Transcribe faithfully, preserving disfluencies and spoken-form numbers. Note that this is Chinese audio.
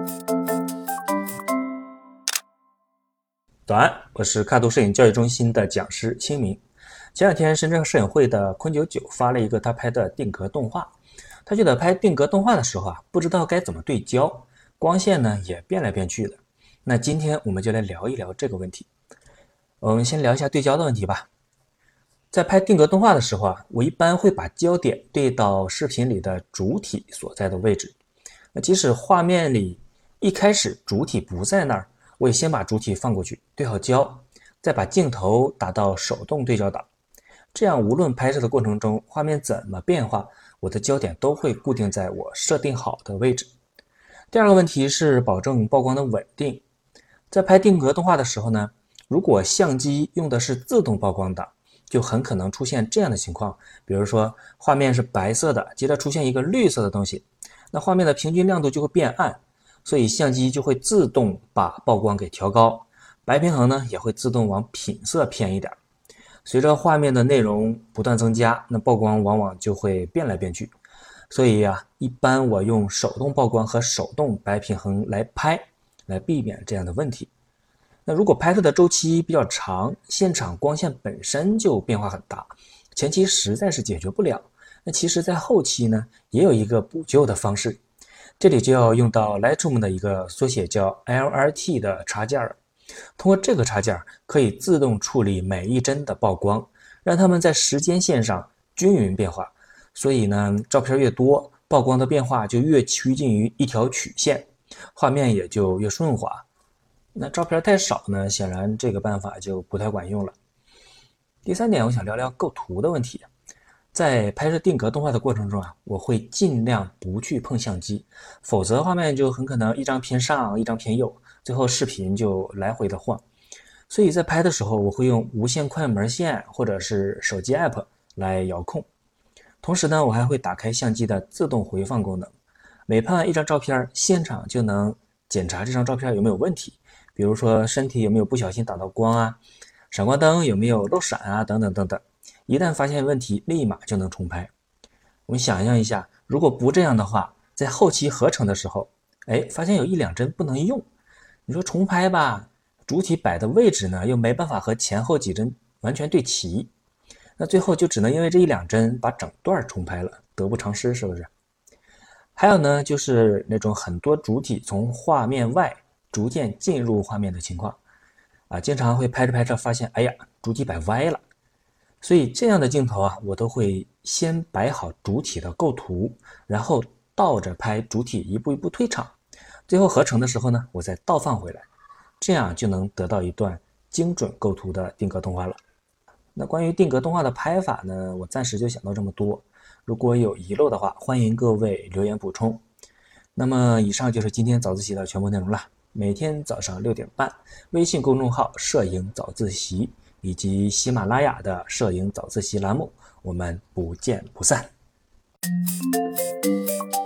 早安，我是看图摄影教育中心的讲师清明。前两天深圳摄影会的坤九九发了一个他拍的定格动画，他觉得拍定格动画的时候啊，不知道该怎么对焦，光线呢也变来变去的。那今天我们就来聊一聊这个问题。我们先聊一下对焦的问题吧。在拍定格动画的时候啊，我一般会把焦点对到视频里的主体所在的位置。那即使画面里一开始主体不在那儿，我也先把主体放过去，对好焦，再把镜头打到手动对焦档。这样无论拍摄的过程中画面怎么变化，我的焦点都会固定在我设定好的位置。第二个问题是保证曝光的稳定。在拍定格动画的时候呢，如果相机用的是自动曝光档，就很可能出现这样的情况，比如说画面是白色的，接着出现一个绿色的东西，那画面的平均亮度就会变暗，所以相机就会自动把曝光给调高，白平衡呢也会自动往品色偏一点。随着画面的内容不断增加，那曝光往往就会变来变去。所以啊，一般我用手动曝光和手动白平衡来拍，来避免这样的问题。那如果拍摄的周期比较长，现场光线本身就变化很大，前期实在是解决不了，那其实在后期呢也有一个补救的方式，这里就要用到 Lightroom 的一个缩写叫 L R T 的插件了。通过这个插件可以自动处理每一帧的曝光，让它们在时间线上均匀变化，所以呢照片越多，曝光的变化就越趋近于一条曲线，画面也就越顺滑。那照片太少呢，显然这个办法就不太管用了。第三点，我想聊聊构图的问题。在拍摄定格动画的过程中啊，我会尽量不去碰相机，否则画面就很可能一张偏上，一张偏右，最后视频就来回的晃。所以在拍的时候，我会用无线快门线或者是手机 app 来遥控。同时呢，我还会打开相机的自动回放功能，每拍完一张照片，现场就能检查这张照片有没有问题，比如说身体有没有不小心打到光啊，闪光灯有没有漏闪啊，等等等等。一旦发现问题，立马就能重拍。我们想象一下，如果不这样的话，在后期合成的时候，哎，发现有一两帧不能用，你说重拍吧，主体摆的位置呢又没办法和前后几帧完全对齐，那最后就只能因为这一两帧把整段重拍了，得不偿失，是不是？还有呢，就是那种很多主体从画面外逐渐进入画面的情况啊，经常会拍着拍着发现，哎呀，主体摆歪了。所以这样的镜头啊，我都会先摆好主体的构图，然后倒着拍主体一步一步退场，最后合成的时候呢，我再倒放回来，这样就能得到一段精准构图的定格动画了。那关于定格动画的拍法呢，我暂时就想到这么多，如果有遗漏的话，欢迎各位留言补充。那么以上就是今天早自习的全部内容了。每天早上六点半，微信公众号摄影早自习以及喜马拉雅的摄影早自习栏目，我们不见不散。